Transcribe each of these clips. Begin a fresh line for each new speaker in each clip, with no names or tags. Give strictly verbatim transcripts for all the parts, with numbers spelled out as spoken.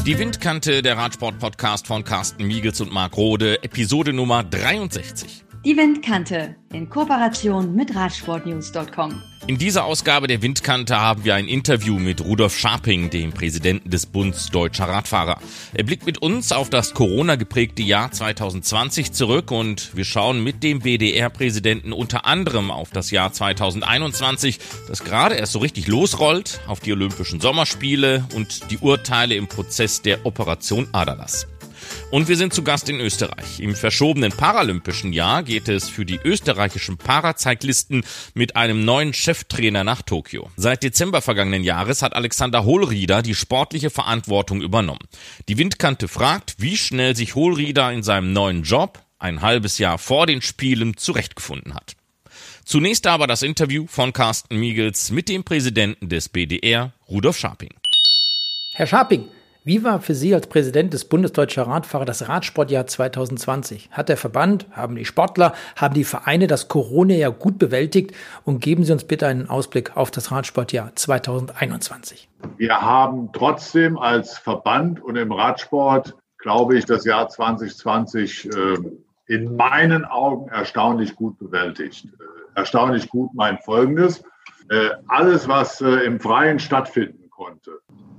Die Windkante, der Radsport-Podcast von Carsten Miegels und Marc Rode, Episode Nummer dreiundsechzig.
Die Windkante in Kooperation mit Radsportnews Punkt com.
In dieser Ausgabe der Windkante haben wir ein Interview mit Rudolf Scharping, dem Präsidenten des Bundes Deutscher Radfahrer. Er blickt mit uns auf das Corona-geprägte Jahr zwanzig zwanzig zurück und wir schauen mit dem W D R-Präsidenten unter anderem auf das Jahr zwanzig einundzwanzig, das gerade erst so richtig losrollt, auf die Olympischen Sommerspiele und die Urteile im Prozess der Operation Aderlass. Und wir sind zu Gast in Österreich. Im verschobenen paralympischen Jahr geht es für die österreichischen Paracyclisten mit einem neuen Cheftrainer nach Tokio. Seit Dezember vergangenen Jahres hat Alexander Hohlrieder die sportliche Verantwortung übernommen. Die Windkante fragt, wie schnell sich Hohlrieder in seinem neuen Job, ein halbes Jahr vor den Spielen, zurechtgefunden hat. Zunächst aber das Interview von Carsten Miegels mit dem Präsidenten des B D R, Rudolf Scharping.
Herr Scharping, wie war für Sie als Präsident des Bundes Deutscher Radfahrer das Radsportjahr zwanzig zwanzig? Hat der Verband, haben die Sportler, haben die Vereine das Corona-Jahr gut bewältigt? Und geben Sie uns bitte einen Ausblick auf das Radsportjahr zwanzig einundzwanzig.
Wir haben trotzdem als Verband und im Radsport, glaube ich, das Jahr zwanzig zwanzig äh, in meinen Augen erstaunlich gut bewältigt. Äh, erstaunlich gut meint Folgendes. Äh, alles, was äh, im Freien stattfinden konnte,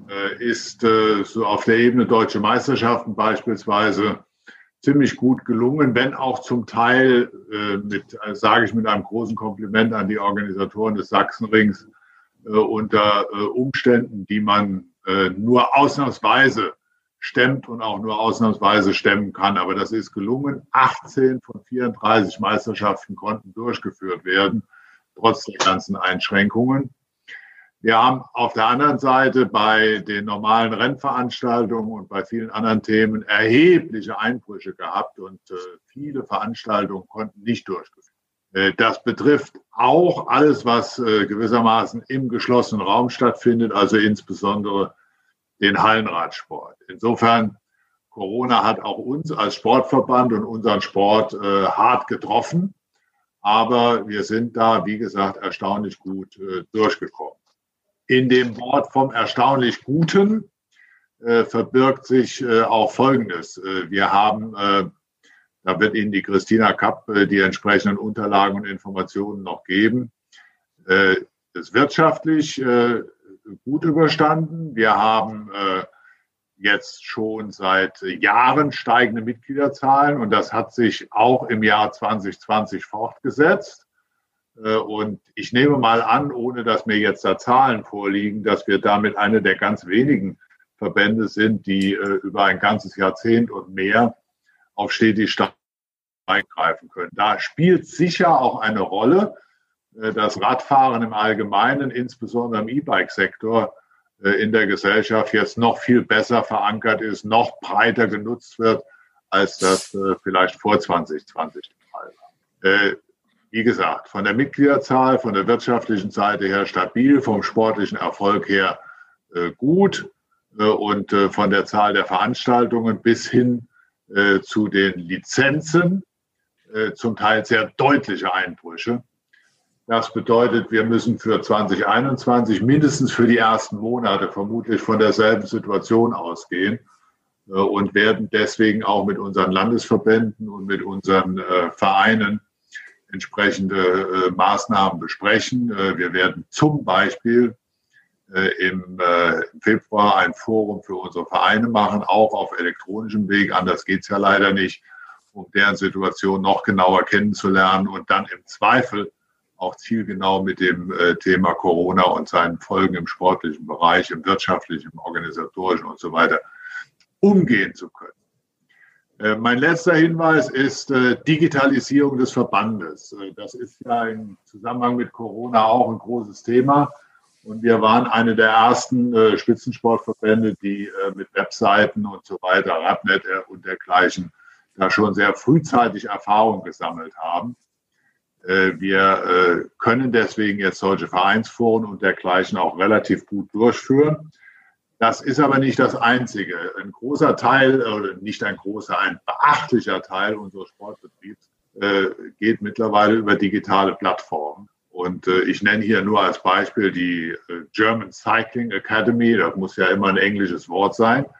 ist äh, so auf der Ebene Deutsche Meisterschaften beispielsweise ziemlich gut gelungen, wenn auch zum Teil äh, mit, äh, sage ich mit einem großen Kompliment an die Organisatoren des Sachsenrings, äh, unter äh, Umständen, die man äh, nur ausnahmsweise stemmt und auch nur ausnahmsweise stemmen kann. Aber das ist gelungen. achtzehn von vierunddreißig Meisterschaften konnten durchgeführt werden, trotz der ganzen Einschränkungen. Wir haben auf der anderen Seite bei den normalen Rennveranstaltungen und bei vielen anderen Themen erhebliche Einbrüche gehabt und äh, viele Veranstaltungen konnten nicht durchgeführt werden. Äh, das betrifft auch alles, was äh, gewissermaßen im geschlossenen Raum stattfindet, also insbesondere den Hallenradsport. Insofern, Corona hat auch uns als Sportverband und unseren Sport äh, hart getroffen, aber wir sind da, wie gesagt, erstaunlich gut äh, durchgekommen. In dem Wort vom erstaunlich Guten äh, verbirgt sich äh, auch Folgendes. Äh, wir haben, äh, da wird Ihnen die Christina Kapp äh, die entsprechenden Unterlagen und Informationen noch geben, äh, ist wirtschaftlich äh, gut überstanden. Wir haben äh, jetzt schon seit Jahren steigende Mitgliederzahlen und das hat sich auch im Jahr zwanzig zwanzig fortgesetzt. Und ich nehme mal an, ohne dass mir jetzt da Zahlen vorliegen, dass wir damit eine der ganz wenigen Verbände sind, die äh, über ein ganzes Jahrzehnt und mehr auf stetig eingreifen können. Da spielt sicher auch eine Rolle, äh, dass Radfahren im Allgemeinen, insbesondere im E-Bike-Sektor, äh, in der Gesellschaft jetzt noch viel besser verankert ist, noch breiter genutzt wird, als das äh, vielleicht vor zwanzig zwanzig der Fall war. Äh, Wie gesagt, von der Mitgliederzahl, von der wirtschaftlichen Seite her stabil, vom sportlichen Erfolg her äh, gut äh, und äh, von der Zahl der Veranstaltungen bis hin äh, zu den Lizenzen äh, zum Teil sehr deutliche Einbrüche. Das bedeutet, wir müssen für zwanzig einundzwanzig mindestens für die ersten Monate vermutlich von derselben Situation ausgehen äh, und werden deswegen auch mit unseren Landesverbänden und mit unseren äh, Vereinen entsprechende äh, Maßnahmen besprechen. Äh, wir werden zum Beispiel äh, im, äh, im Februar ein Forum für unsere Vereine machen, auch auf elektronischem Weg, anders geht's ja leider nicht, um deren Situation noch genauer kennenzulernen und dann im Zweifel auch zielgenau mit dem äh, Thema Corona und seinen Folgen im sportlichen Bereich, im wirtschaftlichen, im organisatorischen und so weiter umgehen zu können. Mein letzter Hinweis ist äh, Digitalisierung des Verbandes. Das ist ja im Zusammenhang mit Corona auch ein großes Thema. Und wir waren eine der ersten äh, Spitzensportverbände, die äh, mit Webseiten und so weiter, Radnet und dergleichen, da schon sehr frühzeitig Erfahrung gesammelt haben. Äh, wir äh, können deswegen jetzt solche Vereinsforen und dergleichen auch relativ gut durchführen. Das ist aber nicht das Einzige. Ein großer Teil, oder nicht ein großer, ein beachtlicher Teil unseres Sportbetriebs äh, geht mittlerweile über digitale Plattformen. Und äh, ich nenne hier nur als Beispiel die äh, German Cycling Academy. Das muss ja immer ein englisches Wort sein.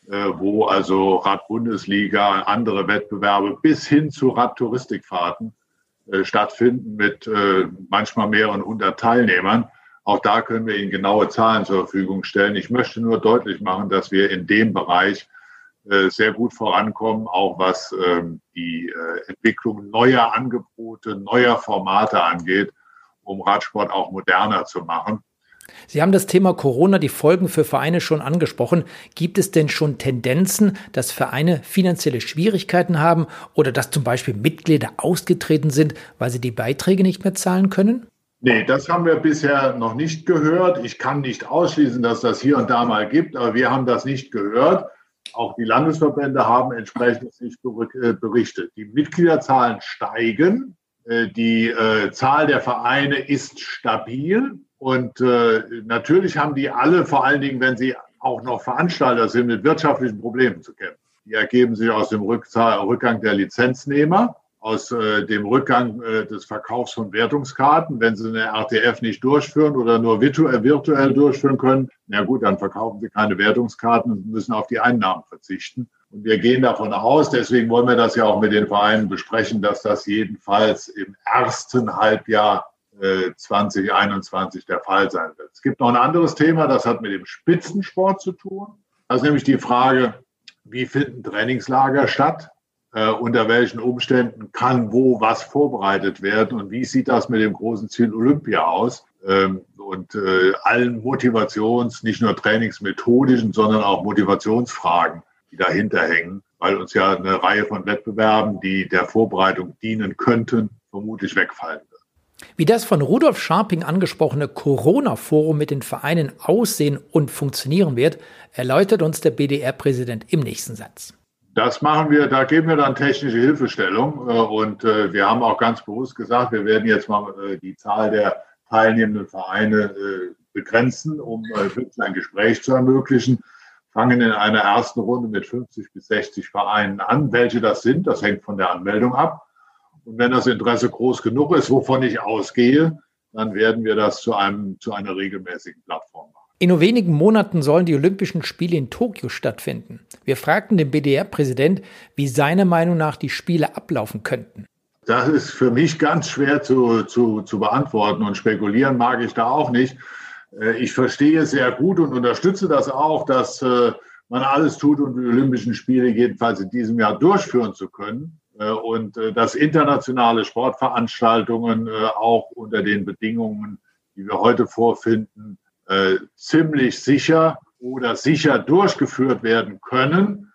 wo also Radbundesliga, andere Wettbewerbe bis hin zu Radtouristikfahrten stattfinden mit manchmal mehreren hundert Teilnehmern. Auch da können wir Ihnen genaue Zahlen zur Verfügung stellen. Ich möchte nur deutlich machen, dass wir in dem Bereich sehr gut vorankommen, auch was die Entwicklung neuer Angebote, neuer Formate angeht, um Radsport auch moderner zu machen.
Sie haben das Thema Corona, die Folgen für Vereine schon angesprochen. Gibt es denn schon Tendenzen, dass Vereine finanzielle Schwierigkeiten haben oder dass zum Beispiel Mitglieder ausgetreten sind, weil sie die Beiträge nicht mehr zahlen können?
Nee, das haben wir bisher noch nicht gehört. Ich kann nicht ausschließen, dass das hier und da mal gibt, aber wir haben das nicht gehört. Auch die Landesverbände haben entsprechend nicht berichtet. Die Mitgliederzahlen steigen. Die Zahl der Vereine ist stabil. Und äh, natürlich haben die alle, vor allen Dingen, wenn sie auch noch Veranstalter sind, mit wirtschaftlichen Problemen zu kämpfen. Die ergeben sich aus dem Rückzahl, Rückgang der Lizenznehmer, aus äh, dem Rückgang äh, des Verkaufs von Wertungskarten. Wenn sie eine R T F nicht durchführen oder nur virtuell, virtuell durchführen können, na gut, dann verkaufen sie keine Wertungskarten und müssen auf die Einnahmen verzichten. Und wir gehen davon aus, deswegen wollen wir das ja auch mit den Vereinen besprechen, dass das jedenfalls im ersten Halbjahr zwanzig einundzwanzig der Fall sein wird. Es gibt noch ein anderes Thema, das hat mit dem Spitzensport zu tun. Das ist nämlich die Frage, wie finden Trainingslager statt? Äh, unter welchen Umständen kann wo was vorbereitet werden? Und wie sieht das mit dem großen Ziel Olympia aus? Ähm, und äh, allen Motivations-, nicht nur trainingsmethodischen, sondern auch Motivationsfragen, die dahinter hängen, weil uns ja eine Reihe von Wettbewerben, die der Vorbereitung dienen könnten, vermutlich wegfallen wird.
Wie das von Rudolf Scharping angesprochene Corona-Forum mit den Vereinen aussehen und funktionieren wird, erläutert uns der B D R-Präsident im nächsten Satz.
Das machen wir, da geben wir dann technische Hilfestellung und wir haben auch ganz bewusst gesagt, wir werden jetzt mal die Zahl der teilnehmenden Vereine begrenzen, um wirklich ein Gespräch zu ermöglichen. Fangen in einer ersten Runde mit fünfzig bis sechzig Vereinen an. Welche das sind, das hängt von der Anmeldung ab. Und wenn das Interesse groß genug ist, wovon ich ausgehe, dann werden wir das zu einem, zu einer regelmäßigen Plattform machen.
In nur wenigen Monaten sollen die Olympischen Spiele in Tokio stattfinden. Wir fragten den B D R-Präsident, wie seiner Meinung nach die Spiele ablaufen könnten.
Das ist für mich ganz schwer zu, zu, zu beantworten und spekulieren mag ich da auch nicht. Ich verstehe sehr gut und unterstütze das auch, dass man alles tut, um die Olympischen Spiele jedenfalls in diesem Jahr durchführen zu können. Und dass internationale Sportveranstaltungen auch unter den Bedingungen, die wir heute vorfinden, ziemlich sicher oder sicher durchgeführt werden können,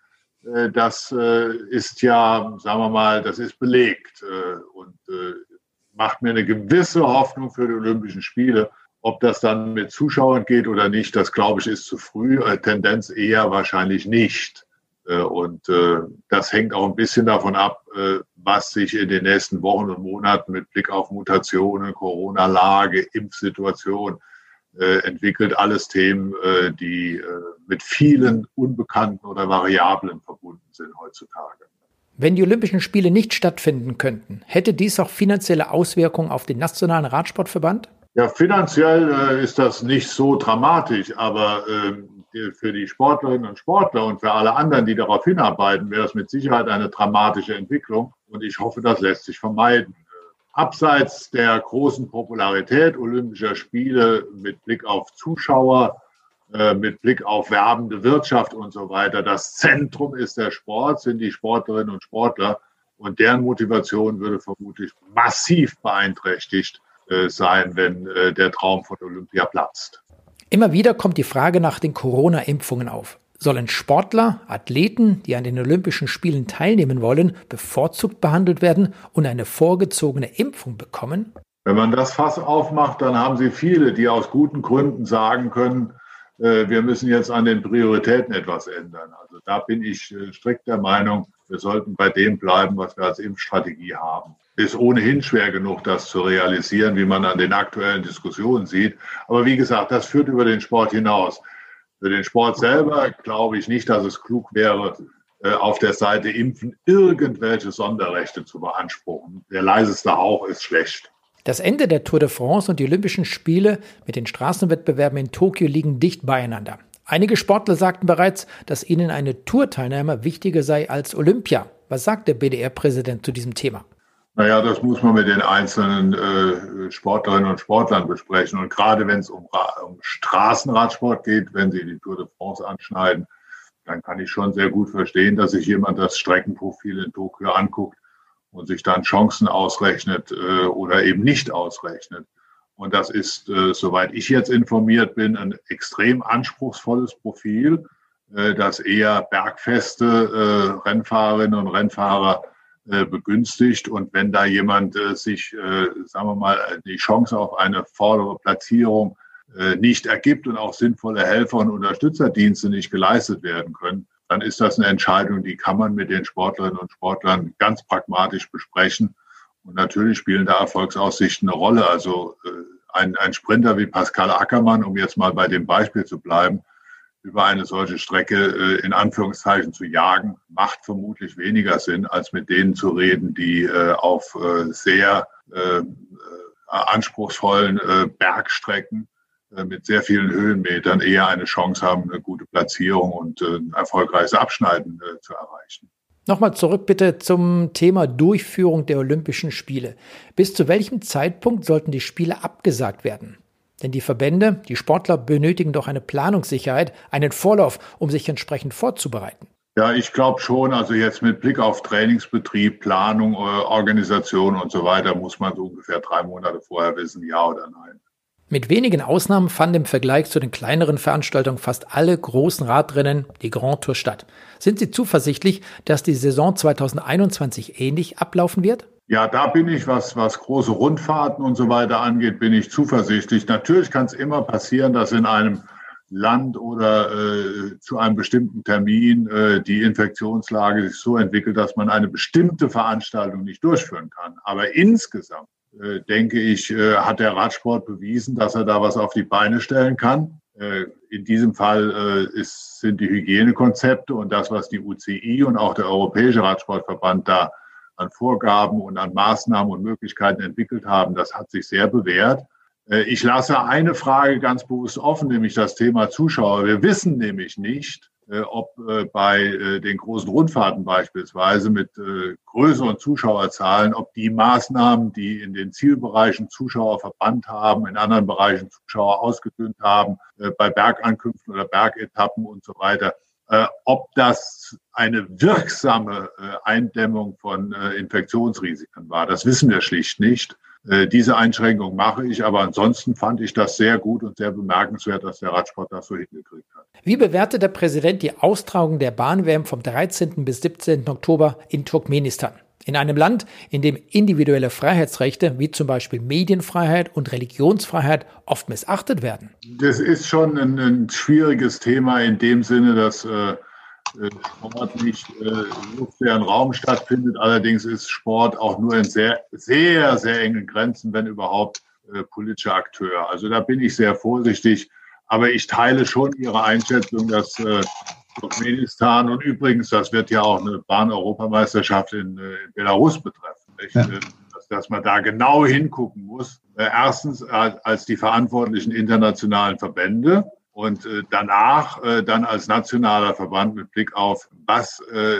das ist ja, sagen wir mal, das ist belegt und macht mir eine gewisse Hoffnung für die Olympischen Spiele. Ob das dann mit Zuschauern geht oder nicht, das glaube ich ist zu früh. Tendenz eher wahrscheinlich nicht. Und äh, das hängt auch ein bisschen davon ab, äh, was sich in den nächsten Wochen und Monaten mit Blick auf Mutationen, Corona-Lage, Impfsituation äh, entwickelt. Alles Themen, äh, die äh, mit vielen Unbekannten oder Variablen verbunden sind heutzutage.
Wenn die Olympischen Spiele nicht stattfinden könnten, hätte dies auch finanzielle Auswirkungen auf den Nationalen Radsportverband?
Ja, finanziell äh, ist das nicht so dramatisch, aber äh, für die Sportlerinnen und Sportler und für alle anderen, die darauf hinarbeiten, wäre das mit Sicherheit eine dramatische Entwicklung. Und ich hoffe, das lässt sich vermeiden. Abseits der großen Popularität Olympischer Spiele mit Blick auf Zuschauer, mit Blick auf werbende Wirtschaft und so weiter, das Zentrum ist der Sport, sind die Sportlerinnen und Sportler. Und deren Motivation würde vermutlich massiv beeinträchtigt sein, wenn der Traum von Olympia platzt.
Immer wieder kommt die Frage nach den Corona-Impfungen auf. Sollen Sportler, Athleten, die an den Olympischen Spielen teilnehmen wollen, bevorzugt behandelt werden und eine vorgezogene Impfung bekommen?
Wenn man das Fass aufmacht, dann haben Sie viele, die aus guten Gründen sagen können, äh, wir müssen jetzt an den Prioritäten etwas ändern. Also da bin ich äh, strikt der Meinung, wir sollten bei dem bleiben, was wir als Impfstrategie haben. Ist ohnehin schwer genug, das zu realisieren, wie man an den aktuellen Diskussionen sieht. Aber wie gesagt, das führt über den Sport hinaus. Für den Sport selber glaube ich nicht, dass es klug wäre, auf der Seite Impfen irgendwelche Sonderrechte zu beanspruchen. Der leiseste Hauch ist schlecht.
Das Ende der Tour de France und die Olympischen Spiele mit den Straßenwettbewerben in Tokio liegen dicht beieinander. Einige Sportler sagten bereits, dass ihnen eine Tourteilnahme wichtiger sei als Olympia. Was sagt der B D R-Präsident zu diesem Thema?
Naja, das muss man mit den einzelnen äh, Sportlerinnen und Sportlern besprechen. Und gerade wenn es um, um Straßenradsport geht, wenn Sie die Tour de France anschneiden, dann kann ich schon sehr gut verstehen, dass sich jemand das Streckenprofil in Tokio anguckt und sich dann Chancen ausrechnet äh, oder eben nicht ausrechnet. Und das ist, äh, soweit ich jetzt informiert bin, ein extrem anspruchsvolles Profil, äh, das eher bergfeste äh, Rennfahrerinnen und Rennfahrer äh, begünstigt. Und wenn da jemand äh, sich, äh, sagen wir mal, die Chance auf eine vordere Platzierung äh, nicht ergibt und auch sinnvolle Helfer- und Unterstützerdienste nicht geleistet werden können, dann ist das eine Entscheidung, die kann man mit den Sportlerinnen und Sportlern ganz pragmatisch besprechen. Und natürlich spielen da Erfolgsaussichten eine Rolle. Also äh, ein, ein Sprinter wie Pascal Ackermann, um jetzt mal bei dem Beispiel zu bleiben, über eine solche Strecke äh, in Anführungszeichen zu jagen, macht vermutlich weniger Sinn, als mit denen zu reden, die äh, auf äh, sehr äh, anspruchsvollen äh, Bergstrecken äh, mit sehr vielen Höhenmetern eher eine Chance haben, eine gute Platzierung und äh, ein erfolgreiches Abschneiden äh, zu erreichen.
Nochmal zurück bitte zum Thema Durchführung der Olympischen Spiele. Bis zu welchem Zeitpunkt sollten die Spiele abgesagt werden? Denn die Verbände, die Sportler benötigen doch eine Planungssicherheit, einen Vorlauf, um sich entsprechend vorzubereiten.
Ja, ich glaube schon. Also jetzt mit Blick auf Trainingsbetrieb, Planung, Organisation und so weiter muss man so ungefähr drei Monate vorher wissen, ja oder nein.
Mit wenigen Ausnahmen fanden im Vergleich zu den kleineren Veranstaltungen fast alle großen Radrennen, die Grand Tour, statt. Sind Sie zuversichtlich, dass die Saison zweitausendeinundzwanzig ähnlich ablaufen wird?
Ja, da bin ich, was, was große Rundfahrten und so weiter angeht, bin ich zuversichtlich. Natürlich kann es immer passieren, dass in einem Land oder äh, zu einem bestimmten Termin äh, die Infektionslage sich so entwickelt, dass man eine bestimmte Veranstaltung nicht durchführen kann. Aber insgesamt, äh, denke ich, äh, hat der Radsport bewiesen, dass er da was auf die Beine stellen kann. Äh, in diesem Fall äh, ist, sind die Hygienekonzepte und das, was die U C I und auch der Europäische Radsportverband da an Vorgaben und an Maßnahmen und Möglichkeiten entwickelt haben, das hat sich sehr bewährt. Ich lasse eine Frage ganz bewusst offen, nämlich das Thema Zuschauer. Wir wissen nämlich nicht, ob bei den großen Rundfahrten beispielsweise mit größeren Zuschauerzahlen, ob die Maßnahmen, die in den Zielbereichen Zuschauer verbannt haben, in anderen Bereichen Zuschauer ausgedünnt haben, bei Bergankünften oder Bergetappen und so weiter, Äh, ob das eine wirksame äh, Eindämmung von äh, Infektionsrisiken war. Das wissen wir schlicht nicht. Äh, diese Einschränkung mache ich, aber ansonsten fand ich das sehr gut und sehr bemerkenswert, dass der Radsport das so hingekriegt hat.
Wie bewertet der Präsident die Austragung der Bahn-W M vom dreizehnten bis siebzehnten Oktober in Turkmenistan? In einem Land, in dem individuelle Freiheitsrechte wie zum Beispiel Medienfreiheit und Religionsfreiheit oft missachtet werden.
Das ist schon ein, ein schwieriges Thema in dem Sinne, dass äh, Sport nicht äh, im luftleeren Raum stattfindet. Allerdings ist Sport auch nur in sehr, sehr, sehr engen Grenzen, wenn überhaupt, äh, politischer Akteur. Also da bin ich sehr vorsichtig. Aber ich teile schon Ihre Einschätzung, dass äh, Turkmenistan und übrigens, das wird ja auch eine Bahn-Europameisterschaft in, in Belarus betreffen, nicht? Ja. Dass, dass man da genau hingucken muss. Erstens als die verantwortlichen internationalen Verbände und danach dann als nationaler Verband mit Blick auf, was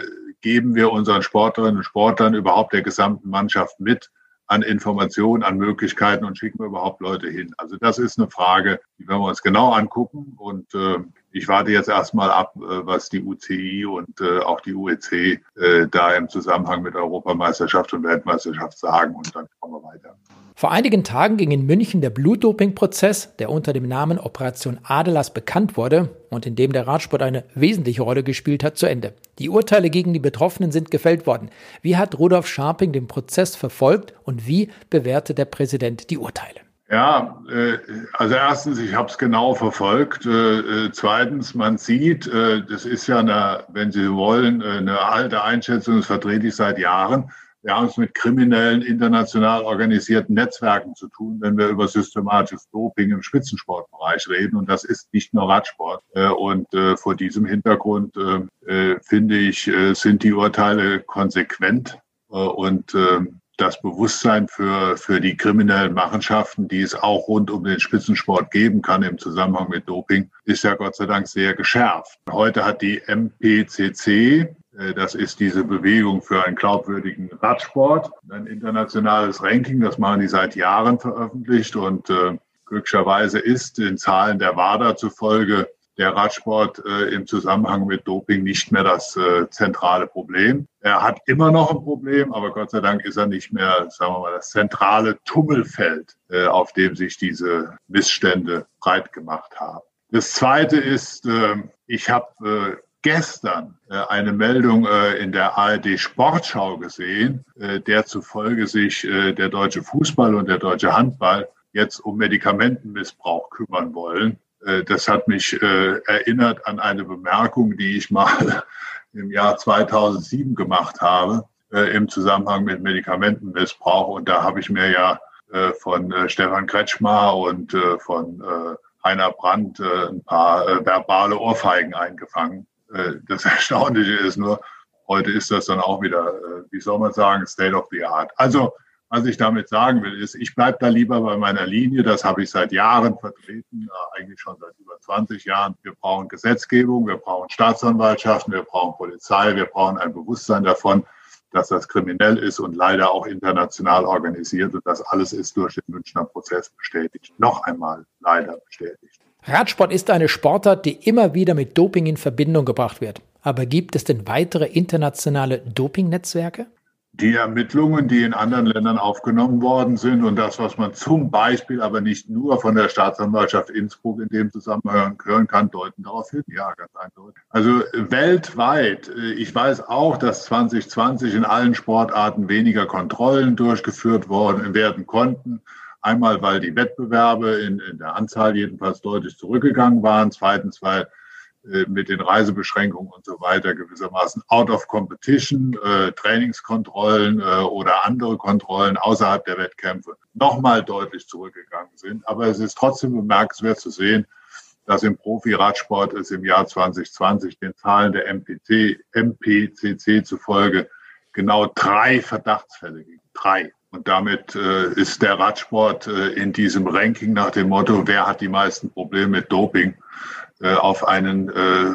geben wir unseren Sportlerinnen und Sportlern, überhaupt der gesamten Mannschaft mit an Informationen, an Möglichkeiten und schicken wir überhaupt Leute hin. Also das ist eine Frage, die werden wir uns genau angucken und äh, ich warte jetzt erstmal ab, äh, was die U C I und äh, auch die U E C äh, da im Zusammenhang mit Europameisterschaft und Weltmeisterschaft sagen und dann kommen wir weiter.
Vor einigen Tagen ging in München der Blutdoping-Prozess, der unter dem Namen Operation Aderlass bekannt wurde und in dem der Radsport eine wesentliche Rolle gespielt hat, zu Ende. Die Urteile gegen die Betroffenen sind gefällt worden. Wie hat Rudolf Scharping den Prozess verfolgt und wie bewertet der Präsident die Urteile?
Ja, äh, also erstens, ich habe es genau verfolgt. Äh, zweitens, man sieht, äh, das ist ja, eine, wenn Sie wollen, eine alte Einschätzung, das vertrete ich seit Jahren. Wir haben es mit kriminellen, international organisierten Netzwerken zu tun, wenn wir über systematisches Doping im Spitzensportbereich reden. Und das ist nicht nur Radsport. Und vor diesem Hintergrund, finde ich, sind die Urteile konsequent. Und das Bewusstsein für, für die kriminellen Machenschaften, die es auch rund um den Spitzensport geben kann im Zusammenhang mit Doping, ist ja Gott sei Dank sehr geschärft. Heute hat die M P C C, das ist diese Bewegung für einen glaubwürdigen Radsport, ein internationales Ranking, das machen die seit Jahren veröffentlicht und äh, glücklicherweise ist den Zahlen der WADA zufolge der Radsport äh, im Zusammenhang mit Doping nicht mehr das äh, zentrale Problem. Er hat immer noch ein Problem, aber Gott sei Dank ist er nicht mehr, sagen wir mal, das zentrale Tummelfeld, äh, auf dem sich diese Missstände breit gemacht haben. Das Zweite ist, äh, ich habe äh, gestern äh, eine Meldung äh, in der A R D Sportschau gesehen, äh, der zufolge sich äh, der deutsche Fußball und der deutsche Handball jetzt um Medikamentenmissbrauch kümmern wollen. Das hat mich äh, erinnert an eine Bemerkung, die ich mal im Jahr zweitausendsieben gemacht habe, äh, im Zusammenhang mit Medikamentenmissbrauch. Und da habe ich mir ja äh, von äh, Stefan Kretschmer und äh, von äh, Heiner Brandt äh, ein paar äh, verbale Ohrfeigen eingefangen. Äh, das Erstaunliche ist nur, heute ist das dann auch wieder, äh, wie soll man sagen, State of the Art. Also, was ich damit sagen will, ist, ich bleibe da lieber bei meiner Linie. Das habe ich seit Jahren vertreten, eigentlich schon seit über zwanzig Jahren. Wir brauchen Gesetzgebung, wir brauchen Staatsanwaltschaften, wir brauchen Polizei, wir brauchen ein Bewusstsein davon, dass das kriminell ist und leider auch international organisiert. Und das alles ist durch den Münchner Prozess bestätigt. Noch einmal leider bestätigt.
Radsport ist eine Sportart, die immer wieder mit Doping in Verbindung gebracht wird. Aber gibt es denn weitere internationale Dopingnetzwerke?
Die Ermittlungen, die in anderen Ländern aufgenommen worden sind und das, was man zum Beispiel aber nicht nur von der Staatsanwaltschaft Innsbruck in dem Zusammenhang hören kann, deuten darauf hin. Ja, ganz eindeutig. Also weltweit, ich weiß auch, dass zwanzig zwanzig in allen Sportarten weniger Kontrollen durchgeführt worden werden konnten. Einmal, weil die Wettbewerbe in, in der Anzahl jedenfalls deutlich zurückgegangen waren. Zweitens, weil mit den Reisebeschränkungen und so weiter gewissermaßen out of competition, äh, Trainingskontrollen äh, oder andere Kontrollen außerhalb der Wettkämpfe nochmal deutlich zurückgegangen sind. Aber es ist trotzdem bemerkenswert zu sehen, dass im Profi-Radsport es im Jahr zwanzig zwanzig den Zahlen der M P C C zufolge genau drei Verdachtsfälle gibt. Drei. Und damit äh, ist der Radsport äh, in diesem Ranking nach dem Motto, wer hat die meisten Probleme mit Doping, auf einen äh,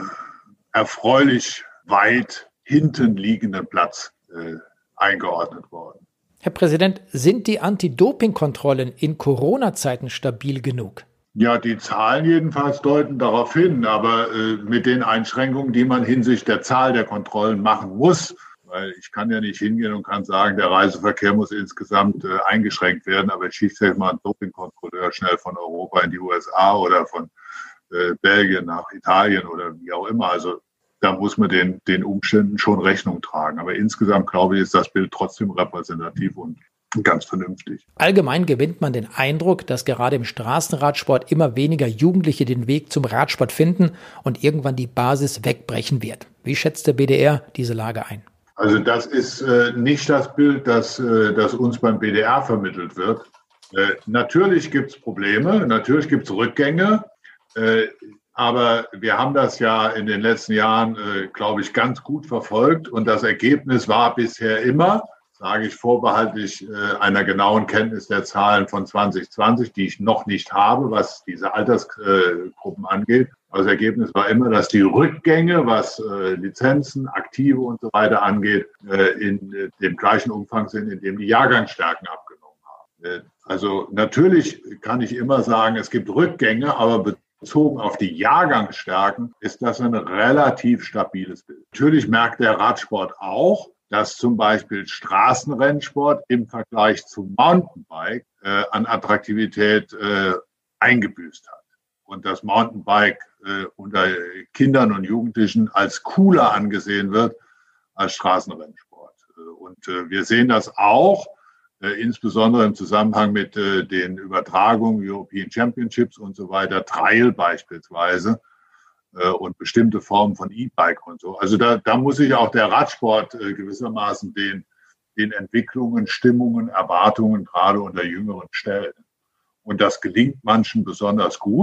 erfreulich weit hinten liegenden Platz äh, eingeordnet worden.
Herr Präsident, sind die Anti-Doping-Kontrollen in Corona-Zeiten stabil genug?
Ja, die Zahlen jedenfalls deuten darauf hin, aber äh, mit den Einschränkungen, die man hinsichtlich der Zahl der Kontrollen machen muss, weil ich kann ja nicht hingehen und kann sagen, der Reiseverkehr muss insgesamt äh, eingeschränkt werden, aber ich schieße jetzt mal einen Dopingkontrolleur schnell von Europa in die U S A oder von Belgien nach Italien oder wie auch immer. Also da muss man den, den Umständen schon Rechnung tragen. Aber insgesamt, glaube ich, ist das Bild trotzdem repräsentativ und ganz vernünftig.
Allgemein gewinnt man den Eindruck, dass gerade im Straßenradsport immer weniger Jugendliche den Weg zum Radsport finden und irgendwann die Basis wegbrechen wird. Wie schätzt der B D R diese Lage ein?
Also das ist äh, nicht das Bild, das, äh, das uns beim B D R vermittelt wird. Äh, natürlich gibt es Probleme, natürlich gibt es Rückgänge. Äh, aber wir haben das ja in den letzten Jahren, äh, glaube ich, ganz gut verfolgt. Und das Ergebnis war bisher immer, sage ich vorbehaltlich äh, einer genauen Kenntnis der Zahlen von zwanzig zwanzig, die ich noch nicht habe, was diese Altersgruppen angeht. Also das Ergebnis war immer, dass die Rückgänge, was äh, Lizenzen, Aktive und so weiter angeht, äh, in äh, dem gleichen Umfang sind, in dem die Jahrgangsstärken abgenommen haben. Äh, also natürlich kann ich immer sagen, es gibt Rückgänge, aber bezogen auf die Jahrgangsstärken ist das ein relativ stabiles Bild. Natürlich merkt der Radsport auch, dass zum Beispiel Straßenrennsport im Vergleich zum Mountainbike äh, an Attraktivität äh, eingebüßt hat. Und das Mountainbike äh, unter Kindern und Jugendlichen als cooler angesehen wird als Straßenrennsport. Und äh, wir sehen das auch, Äh, insbesondere im Zusammenhang mit äh, den Übertragungen, European Championships und so weiter, Trail beispielsweise äh, und bestimmte Formen von E-Bike und so. Also da, da muss sich auch der Radsport äh, gewissermaßen den, den Entwicklungen, Stimmungen, Erwartungen gerade unter Jüngeren stellen. Und das gelingt manchen besonders gut.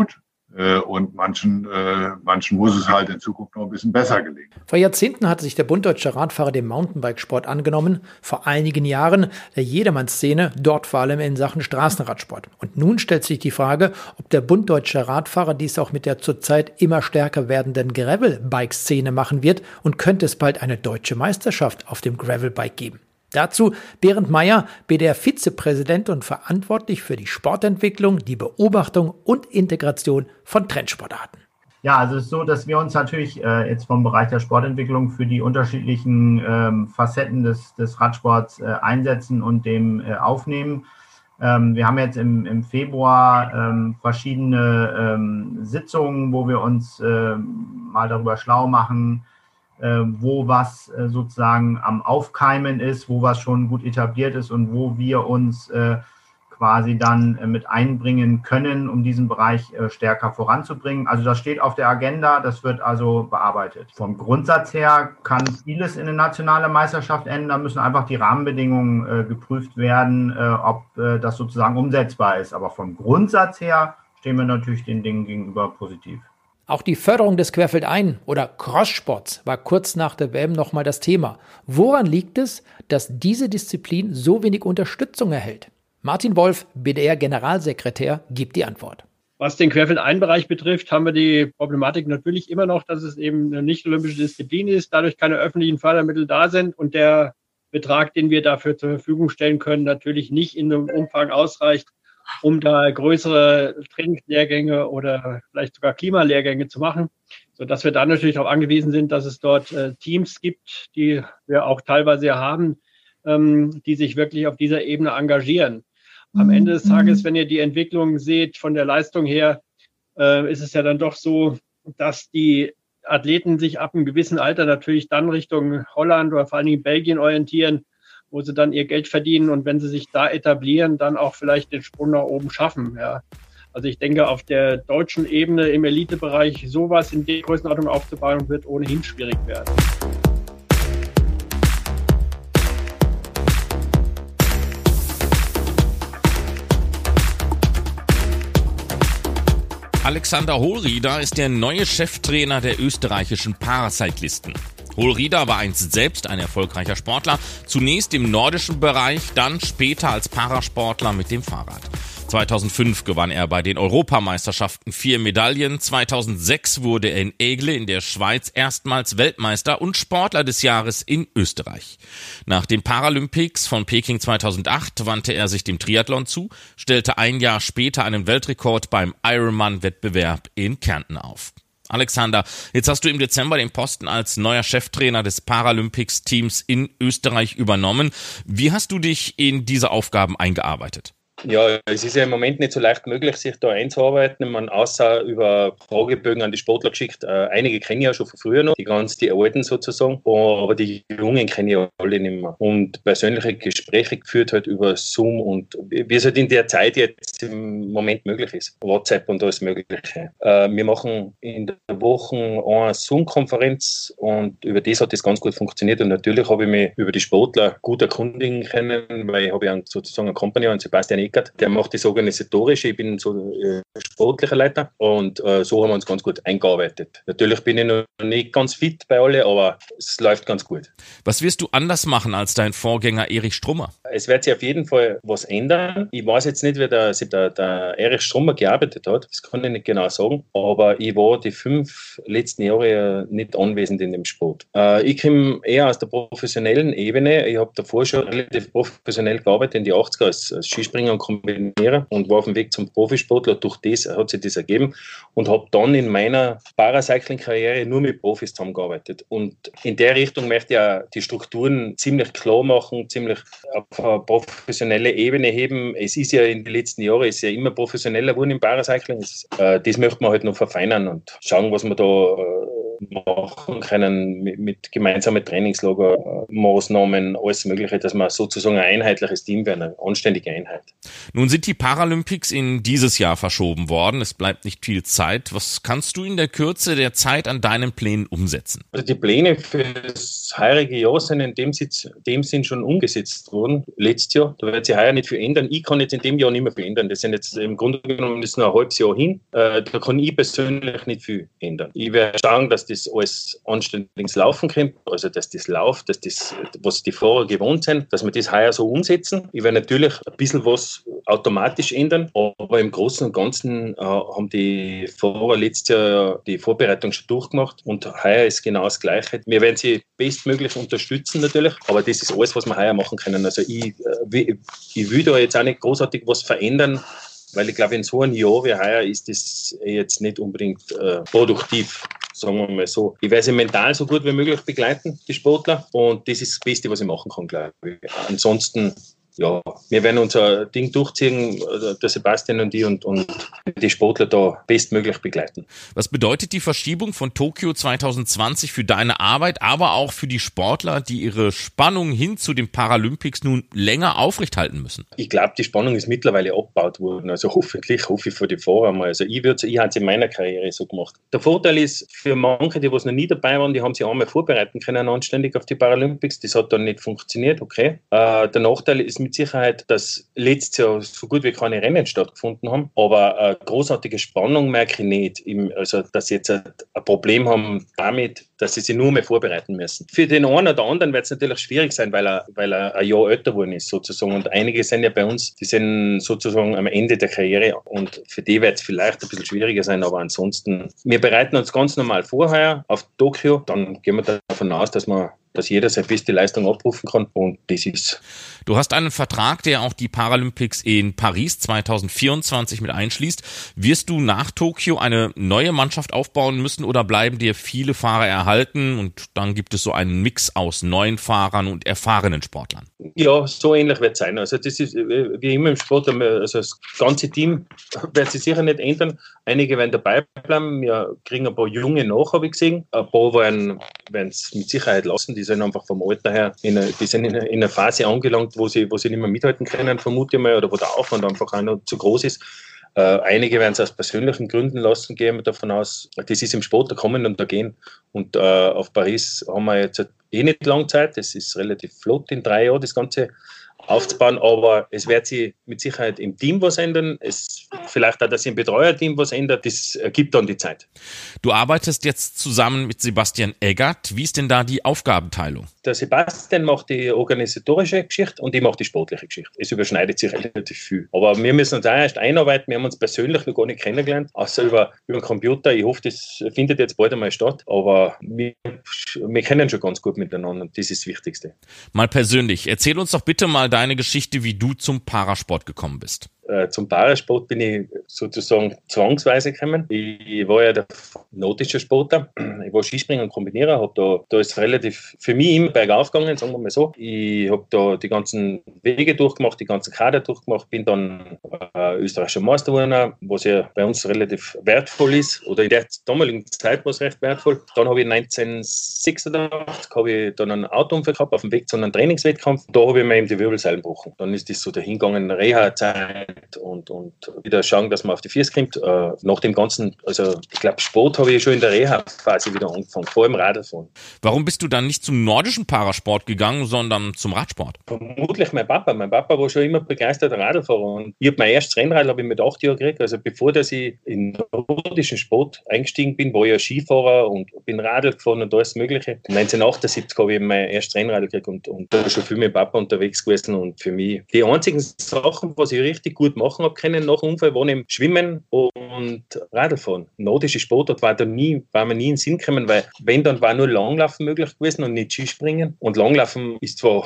Und manchen, äh, manchen muss es halt in Zukunft noch ein bisschen besser gelingen.
Vor Jahrzehnten hatte sich der Bund Deutscher Radfahrer dem Mountainbikesport angenommen. Vor einigen Jahren der Jedermann-Szene, dort vor allem in Sachen Straßenradsport. Und nun stellt sich die Frage, ob der Bund Deutscher Radfahrer dies auch mit der zurzeit immer stärker werdenden Gravel-Bike-Szene machen wird und könnte es bald eine deutsche Meisterschaft auf dem Gravelbike geben. Dazu Bernd Meyer, B D R-Vizepräsident und verantwortlich für die Sportentwicklung, die Beobachtung und Integration von Trendsportarten.
Ja, also es ist so, dass wir uns natürlich äh, jetzt vom Bereich der Sportentwicklung für die unterschiedlichen ähm, Facetten des, des Radsports äh, einsetzen und dem äh, aufnehmen. Ähm, wir haben jetzt im, im Februar ähm, verschiedene ähm, Sitzungen, wo wir uns äh, mal darüber schlau machen, wo was sozusagen am Aufkeimen ist, wo was schon gut etabliert ist und wo wir uns quasi dann mit einbringen können, um diesen Bereich stärker voranzubringen. Also das steht auf der Agenda, das wird also bearbeitet. Vom Grundsatz her kann vieles in eine nationale Meisterschaft enden, da müssen einfach die Rahmenbedingungen geprüft werden, ob das sozusagen umsetzbar ist. Aber vom Grundsatz her stehen wir natürlich den Dingen gegenüber positiv.
Auch die Förderung des Querfeldein- oder Crosssports war kurz nach der W M nochmal das Thema. Woran liegt es, dass diese Disziplin so wenig Unterstützung erhält? Martin Wolf, B D R-Generalsekretär, gibt die Antwort.
Was den Querfeldein-Bereich betrifft, haben wir die Problematik natürlich immer noch, dass es eben eine nicht-olympische Disziplin ist, dadurch keine öffentlichen Fördermittel da sind und der Betrag, den wir dafür zur Verfügung stellen können, natürlich nicht in einem Umfang ausreicht, um da größere Trainingslehrgänge oder vielleicht sogar Klimalehrgänge zu machen, sodass wir dann natürlich darauf angewiesen sind, dass es dort äh, Teams gibt, die wir auch teilweise haben, ähm, die sich wirklich auf dieser Ebene engagieren. Am Ende des Tages, wenn ihr die Entwicklung seht von der Leistung her, äh, ist es ja dann doch so, dass die Athleten sich ab einem gewissen Alter natürlich dann Richtung Holland oder vor allen Dingen Belgien orientieren, wo sie dann ihr Geld verdienen und wenn sie sich da etablieren, dann auch vielleicht den Sprung nach oben schaffen. Ja. Also ich denke, auf der deutschen Ebene im Elitebereich sowas in der Größenordnung aufzubauen, wird ohnehin schwierig werden.
Alexander Hohlrieder ist der neue Cheftrainer der österreichischen Paracyclisten. Hohlrieder war einst selbst ein erfolgreicher Sportler, zunächst im nordischen Bereich, dann später als Parasportler mit dem Fahrrad. zweitausendfünf gewann er bei den Europameisterschaften vier Medaillen, zweitausendsechs wurde er in Aigle in der Schweiz erstmals Weltmeister und Sportler des Jahres in Österreich. Nach den Paralympics von Peking zweitausendacht wandte er sich dem Triathlon zu, stellte ein Jahr später einen Weltrekord beim Ironman-Wettbewerb in Kärnten auf. Alexander, jetzt hast du im Dezember den Posten als neuer Cheftrainer des Paralympics-Teams in Österreich übernommen. Wie hast du dich in diese Aufgaben eingearbeitet?
Ja, es ist ja im Moment nicht so leicht möglich, sich da einzuarbeiten. Man außer über Fragebögen an die Sportler geschickt. Äh, einige kenne ich ja schon von früher noch, die ganz die Alten sozusagen, aber die Jungen kenne ich alle nicht mehr. Und persönliche Gespräche geführt halt über Zoom und wie es halt in der Zeit jetzt im Moment möglich ist. WhatsApp und alles Mögliche. Äh, wir machen in der Woche eine Zoom-Konferenz und über das hat das ganz gut funktioniert. Und natürlich habe ich mich über die Sportler gut erkundigen können, weil ich habe ja sozusagen eine Company, einen Sebastian Eckert, der macht das Organisatorische, ich bin so äh, sportlicher Leiter und äh, so haben wir uns ganz gut eingearbeitet. Natürlich bin ich noch nicht ganz fit bei alle, aber es läuft ganz gut.
Was wirst du anders machen als dein Vorgänger Erich Strummer?
Es wird sich auf jeden Fall was ändern. Ich weiß jetzt nicht, wie der, der, der Erich Strummer gearbeitet hat, das kann ich nicht genau sagen, aber ich war die fünf letzten Jahre nicht anwesend in dem Sport. Äh, ich komme eher aus der professionellen Ebene, ich habe davor schon relativ professionell gearbeitet in die achtziger als, als Skispringer und Kombinieren und war auf dem Weg zum Profisportler. Durch das hat sich das ergeben und habe dann in meiner Paracycling-Karriere nur mit Profis zusammengearbeitet. Und in der Richtung möchte ich auch die Strukturen ziemlich klar machen, ziemlich auf eine professionelle Ebene heben. Es ist ja in den letzten Jahren ist ja immer professioneller geworden im Paracycling. Das, äh, das möchte man halt noch verfeinern und schauen, was man da äh, machen können mit, mit gemeinsamen Trainingslager, Maßnahmen, alles Mögliche, dass wir sozusagen ein einheitliches Team werden, eine anständige Einheit.
Nun sind die Paralympics in dieses Jahr verschoben worden. Es bleibt nicht viel Zeit. Was kannst du in der Kürze der Zeit an deinen Plänen umsetzen?
Also die Pläne für das heurige Jahr sind in dem, Sitz, dem Sinn schon umgesetzt worden, letztes Jahr. Da wird sich heuer nicht viel ändern. Ich kann jetzt in dem Jahr nicht mehr viel ändern. Das sind jetzt im Grunde genommen das ist noch ein halbes Jahr hin. Äh, da kann ich persönlich nicht viel ändern. Ich werde sagen, dass das alles anständig ins Laufen kommt, also dass das läuft, dass das, was die Fahrer gewohnt sind, dass wir das heuer so umsetzen. Ich werde natürlich ein bisschen was automatisch ändern, aber im Großen und Ganzen äh, haben die Fahrer letztes Jahr die Vorbereitung schon durchgemacht und heuer ist genau das Gleiche. Wir werden sie bestmöglich unterstützen natürlich, aber das ist alles, was wir heuer machen können. Also ich, äh, ich will da jetzt auch nicht großartig was verändern, weil ich glaube, in so einem Jahr wie heuer ist das jetzt nicht unbedingt äh, produktiv, sagen wir mal so. Ich werde sie mental so gut wie möglich begleiten, die Sportler, und das ist das Beste, was ich machen kann, glaube ich. Ansonsten, ja, wir werden unser Ding durchziehen, der Sebastian und ich, und, und die Sportler da bestmöglich begleiten.
Was bedeutet die Verschiebung von Tokio zwanzig zwanzig für deine Arbeit, aber auch für die Sportler, die ihre Spannung hin zu den Paralympics nun länger aufrechthalten müssen?
Ich glaube, die Spannung ist mittlerweile abgebaut worden. Also hoffentlich, hoffe ich für die Fahrer mal. Also ich, ich habe es in meiner Karriere so gemacht. Der Vorteil ist für manche, die was noch nie dabei waren, die haben sich einmal vorbereiten können anständig auf die Paralympics. Das hat dann nicht funktioniert, okay. Äh, der Nachteil ist mit Sicherheit, dass letztes Jahr so gut wie keine Rennen stattgefunden haben, aber eine großartige Spannung merke ich nicht. Also, dass sie jetzt ein Problem haben damit, dass sie sich nur mehr vorbereiten müssen. Für den einen oder anderen wird es natürlich schwierig sein, weil er, weil er ein Jahr älter geworden ist sozusagen, und einige sind ja bei uns, die sind sozusagen am Ende der Karriere, und für die wird es vielleicht ein bisschen schwieriger sein, aber ansonsten, wir bereiten uns ganz normal vorher auf Tokio, dann gehen wir davon aus, dass wir dass jeder seine beste Leistung abrufen kann, und das ist.
Du hast einen Vertrag, der auch die Paralympics in Paris zwanzig vierundzwanzig mit einschließt. Wirst du nach Tokio eine neue Mannschaft aufbauen müssen oder bleiben dir viele Fahrer erhalten und dann gibt es so einen Mix aus neuen Fahrern und erfahrenen Sportlern?
Ja, so ähnlich wird es sein. Also das ist wie immer im Sport, also das ganze Team wird sich sicher nicht ändern. Einige werden dabei bleiben, wir kriegen ein paar Junge nach, habe ich gesehen. Ein paar werden es mit Sicherheit lassen, die sind einfach vom Alter her, in eine, die sind in einer eine Phase angelangt, wo sie, wo sie nicht mehr mithalten können, vermute ich mal, oder wo der Aufwand einfach auch noch zu groß ist. Äh, einige werden es aus persönlichen Gründen lassen, gehen wir davon aus. Das ist im Sport, da kommen und da gehen. Und äh, auf Paris haben wir jetzt eh nicht lange Zeit, das ist relativ flott in drei Jahren, das Ganze aufzubauen, aber es wird sich mit Sicherheit im Team was ändern. Es vielleicht auch, dass sich im Betreuerteam was ändert. Das ergibt dann die Zeit.
Du arbeitest jetzt zusammen mit Sebastian Eggert. Wie ist denn da die Aufgabenteilung?
Der Sebastian macht die organisatorische Geschichte und ich mache die sportliche Geschichte. Es überschneidet sich relativ viel. Aber wir müssen uns auch erst einarbeiten. Wir haben uns persönlich noch gar nicht kennengelernt, außer über, über den Computer. Ich hoffe, das findet jetzt bald einmal statt. Aber wir, wir kennen schon ganz gut miteinander und das ist das Wichtigste.
Mal persönlich, erzähl uns doch bitte mal deine Geschichte, wie du zum Parasport gekommen bist.
Äh, zum Parasport bin ich sozusagen zwangsweise gekommen. Ich war ja der nautische Sportler. Ich war Skispringer und Kombinierer. Hab da, da ist relativ für mich immer bergauf gegangen, sagen wir mal so. Ich habe da die ganzen Wege durchgemacht, die ganzen Kader durchgemacht, bin dann äh, österreichischer Meister geworden, was ja bei uns relativ wertvoll ist. Oder in der damaligen Zeit war es recht wertvoll. Dann habe ich neunzehnhundertsechsundachtzig habe ich dann einen Autounfall gehabt auf dem Weg zu einem Trainingswettkampf. Da habe ich mir eben die Wirbelsäule gebrochen. Dann ist das so dahingegangen, Reha-Zeit. Und, und wieder schauen, dass man auf die Füße kommt. Äh, nach dem Ganzen, also ich glaube, Sport habe ich schon in der Reha-Phase wieder angefangen, vor allem Radfahren.
Warum bist du dann nicht zum nordischen Parasport gegangen, sondern zum Radsport?
Vermutlich mein Papa. Mein Papa war schon immer begeisterter Radlfahrer. Und ich habe mein erstes Rennrad habe ich mit acht Jahren gekriegt. Also bevor dass ich in den nordischen Sport eingestiegen bin, war ich ja Skifahrer und bin Radl gefahren und alles Mögliche. neunzehnhundertachtundsiebzig habe ich mein erstes Rennrad gekriegt und, und da war schon viel mit Papa unterwegs gewesen. Und für mich die einzigen Sachen, was ich richtig gut machen habe können nach dem Unfall, waren eben Schwimmen und Radlfahren. Nordische Sportart war da nie, war mir nie in den Sinn gekommen, weil wenn, dann war nur Langlaufen möglich gewesen und nicht Skispringen. Und Langlaufen ist zwar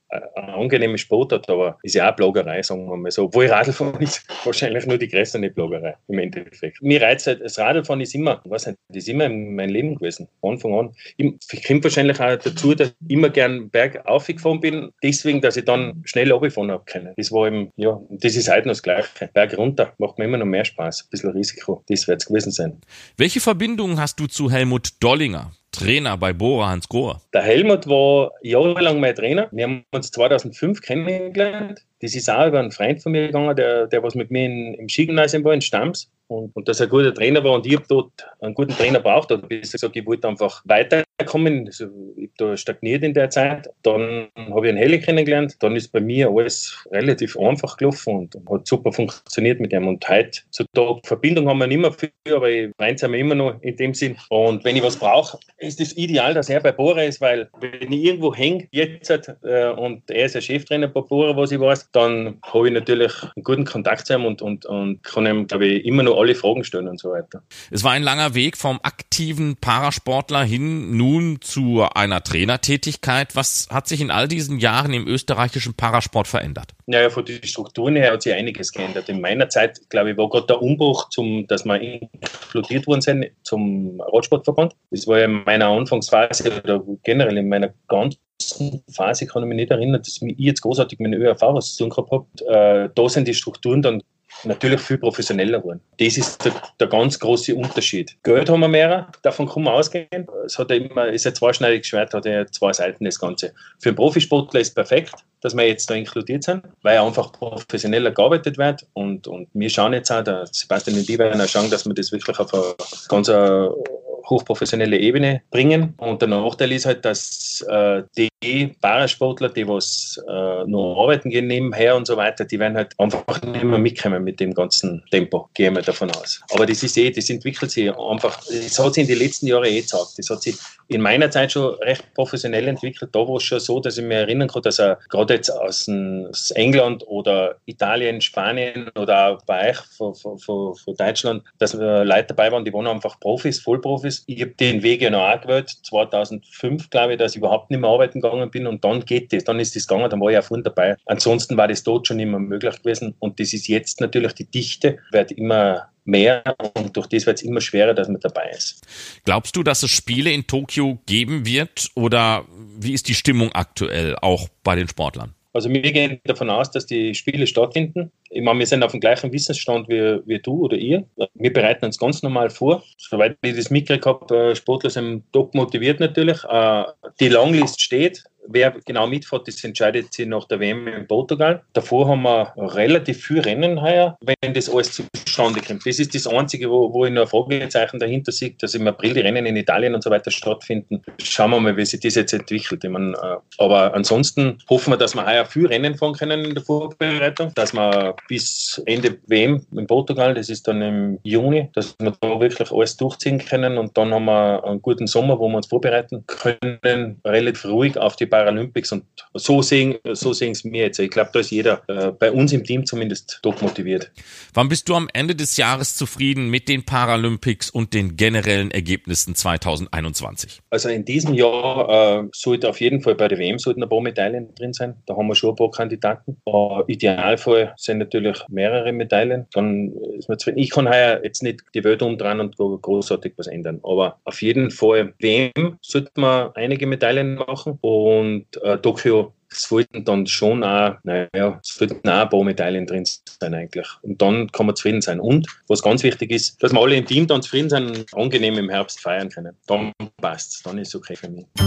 eine angenehme Sportart, aber ist ja auch Plagerei, sagen wir mal so. Obwohl Radlfahren ist wahrscheinlich nur die größere Plagerei im Endeffekt. Mir reizt halt, das Radlfahren ist immer, ich weiß nicht, das ist immer in meinem Leben gewesen, von Anfang an. Ich komme wahrscheinlich auch dazu, dass ich immer gern bergauf gefahren bin, deswegen, dass ich dann schnell runterfahren habe können. Das war eben, ja, das ist heute noch das Gleiche. Berg runter macht mir immer noch mehr Spaß, ein bisschen Risiko, das wird es gewesen sein.
Welche Verbindung hast du zu Helmut Dollinger, Trainer bei Bora Hansgrohe?
Der Helmut war jahrelang mein Trainer. Wir haben uns zweitausendfünf kennengelernt. Das ist auch über einen Freund von mir gegangen, der, der was mit mir in, im Skigymnasium war, in Stams. Und, und dass er ein guter Trainer war und ich habe dort einen guten Trainer braucht. Oder besser gesagt, ich wollte einfach weiterkommen. Also, ich habe da stagniert in der Zeit. Dann habe ich einen Heli kennengelernt. Dann ist bei mir alles relativ einfach gelaufen und hat super funktioniert mit ihm. Und heute, so da Verbindung haben wir nicht mehr viel, aber Freund sind wir immer noch in dem Sinn. Und wenn ich was brauche, ist es das ideal, dass er bei Bora ist, weil wenn ich irgendwo hänge jetzt äh, und er ist ein Cheftrainer bei Bora, was ich weiß, dann habe ich natürlich einen guten Kontakt zu ihm und, und, und kann ihm, glaube ich, immer noch alle Fragen stellen und so weiter.
Es war ein langer Weg vom aktiven Parasportler hin nun zu einer Trainertätigkeit. Was hat sich in all diesen Jahren im österreichischen Parasport verändert?
Naja, von den Strukturen her hat sich einiges geändert. In meiner Zeit, glaube ich, war gerade der Umbruch, zum, dass wir inkludiert worden sind zum Radsportverband. Das war ja in meiner Anfangsphase oder generell in meiner ganzen Phase, kann ich mich nicht erinnern, dass ich jetzt großartig mit dem Ö R V was zu tun gehabt habe. Äh, da sind die Strukturen dann natürlich viel professioneller geworden. Das ist der, der ganz große Unterschied. Geld haben wir mehr, davon kann man ausgehen. Es hat ja immer, ist ein zweischneidiges Schwert, hat ja zwei Seiten das Ganze. Für einen Profisportler ist es perfekt, dass wir jetzt da inkludiert sind, weil einfach professioneller gearbeitet wird und, und wir schauen jetzt auch, der Sebastian und die werden auch schauen, dass wir das wirklich auf eine ganz eine hochprofessionelle Ebene bringen. Und der Nachteil ist halt, dass äh, die Parasportler, die was äh, noch arbeiten gehen nebenher und so weiter, die werden halt einfach nicht mehr mitkommen mit dem ganzen Tempo, gehen wir davon aus. Aber das ist eh, das entwickelt sich einfach, das hat sich in den letzten Jahren eh gezeigt. Das hat sich in meiner Zeit schon recht professionell entwickelt. Da war es schon so, dass ich mich erinnern kann, dass er gerade jetzt aus, aus England oder Italien, Spanien oder auch bei euch von, von, von, von Deutschland, dass Leute dabei waren, die waren einfach Profis, Vollprofis. Ich habe den Weg ja noch auch gewählt, zweitausendfünf, glaube ich, dass ich überhaupt nicht mehr arbeiten gegangen bin und dann geht das, dann ist das gegangen, dann war ich auch vorne dabei. Ansonsten war das dort schon immer möglich gewesen und das ist jetzt natürlich, die Dichte wird immer mehr und durch das wird es immer schwerer, dass man dabei ist.
Glaubst du, dass es Spiele in Tokio geben wird oder wie ist die Stimmung aktuell auch bei den Sportlern?
Also wir gehen davon aus, dass die Spiele stattfinden. Ich meine, wir sind auf dem gleichen Wissensstand wie, wie du oder ihr. Wir bereiten uns ganz normal vor. Soweit ich das mitgekriegt habe, Sportler sind top motiviert natürlich. Die Longlist steht. Wer genau mitfährt, das entscheidet sich nach der W M in Portugal. Davor haben wir relativ viel Rennen heuer, wenn das alles zustande kommt. Das ist das Einzige, wo, wo ich noch ein Fragezeichen dahinter sehe, dass im April die Rennen in Italien und so weiter stattfinden. Schauen wir mal, wie sich das jetzt entwickelt. Ich meine, aber ansonsten hoffen wir, dass wir heuer viel Rennen fahren können in der Vorbereitung, dass wir bis Ende W M in Portugal, das ist dann im Juni, dass wir da wirklich alles durchziehen können und dann haben wir einen guten Sommer, wo wir uns vorbereiten können, relativ ruhig auf die Paralympics und so sehen, so sehen es mir jetzt. Ich glaube, da ist jeder, äh, bei uns im Team zumindest, top motiviert.
Wann bist du am Ende des Jahres zufrieden mit den Paralympics und den generellen Ergebnissen zweitausendeinundzwanzig?
Also in diesem Jahr äh, sollte auf jeden Fall bei der W M sollten ein paar Medaillen drin sein. Da haben wir schon ein paar Kandidaten. Äh, Idealfall sind natürlich mehrere Medaillen. Dann ist man zufrieden. Ich kann heuer jetzt nicht die Welt umdrehen und großartig was ändern. Aber auf jeden Fall W M sollten wir einige Medaillen machen und Und äh, Tokio sollten dann schon auch, naja, es sollten auch ein paar Medaillen drin sein eigentlich. Und dann kann man zufrieden sein. Und was ganz wichtig ist, dass wir alle im Team dann zufrieden sein und angenehm im Herbst feiern können. Dann passt es, dann ist es okay für mich.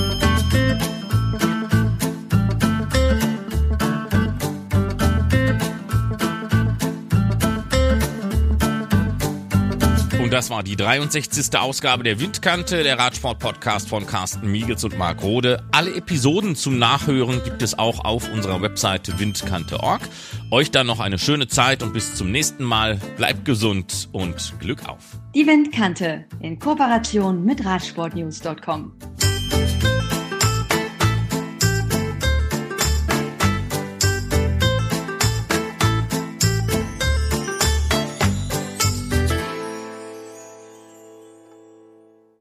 Und das war die dreiundsechzigste Ausgabe der Windkante, der Radsport-Podcast von Carsten Miegels und Marc Rode. Alle Episoden zum Nachhören gibt es auch auf unserer Webseite windkante punkt org. Euch dann noch eine schöne Zeit und bis zum nächsten Mal. Bleibt gesund und Glück auf.
Die Windkante in Kooperation mit radsportnews punkt com.